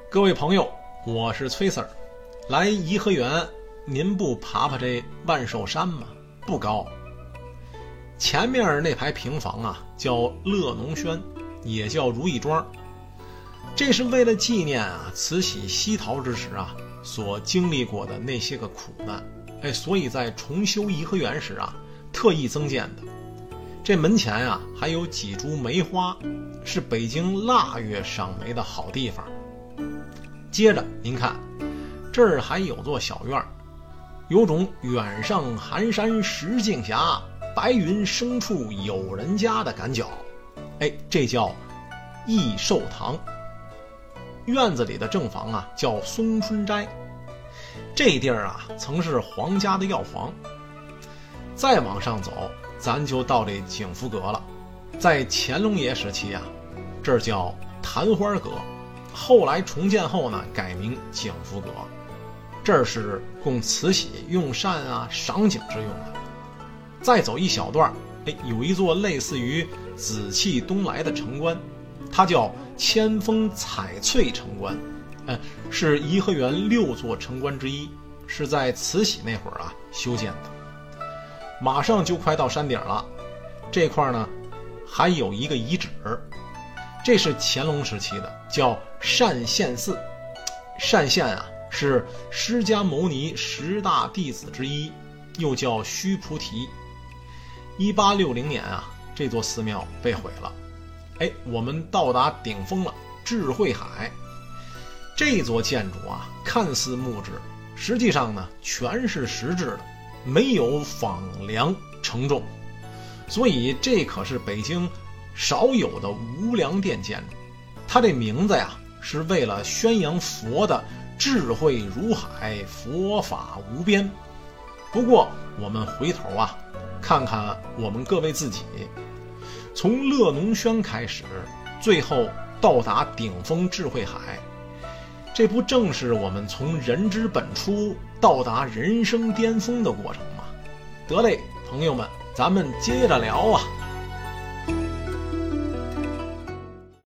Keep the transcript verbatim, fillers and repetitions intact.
各位朋友，我是崔 Sir。来颐和园，您不爬爬这万寿山吗？不高。前面那排平房啊，叫乐农轩，也叫如意庄。这是为了纪念啊慈禧西逃之时啊所经历过的那些个苦难，哎，所以在重修颐和园时啊，特意增建的。这门前啊还有几株梅花，是北京腊月赏梅的好地方。接着您看，这儿还有座小院，有种远上寒山石径斜，白云深处有人家的感觉。哎，这叫益寿堂。院子里的正房啊叫松春斋，这地儿啊曾是皇家的药房。再往上走，咱就到这景福阁了。在乾隆爷时期啊，这儿叫昙花阁，后来重建后呢改名景福阁。这儿是供慈禧用膳啊赏景之用的。再走一小段，哎，有一座类似于紫气东来的城关，它叫千峰彩翠城关，呃，是颐和园六座城关之一，是在慈禧那会儿啊修建的。马上就快到山顶了，这块呢还有一个遗址，这是乾隆时期的，叫单县寺。单县啊是释迦牟尼十大弟子之一，又叫须菩提。一八六零年啊，这座寺庙被毁了。哎，我们到达顶峰了，智慧海。这座建筑啊，看似木质，实际上呢全是石质的，没有仿梁承重，所以这可是北京少有的无梁殿建筑。它这名字呀，是为了宣扬佛的智慧如海，佛法无边。不过我们回头啊，看看我们各位自己，从乐农轩开始，最后到达顶峰智慧海，这不正是我们从人之本初到达人生巅峰的过程吗？得嘞，朋友们，咱们接着聊啊。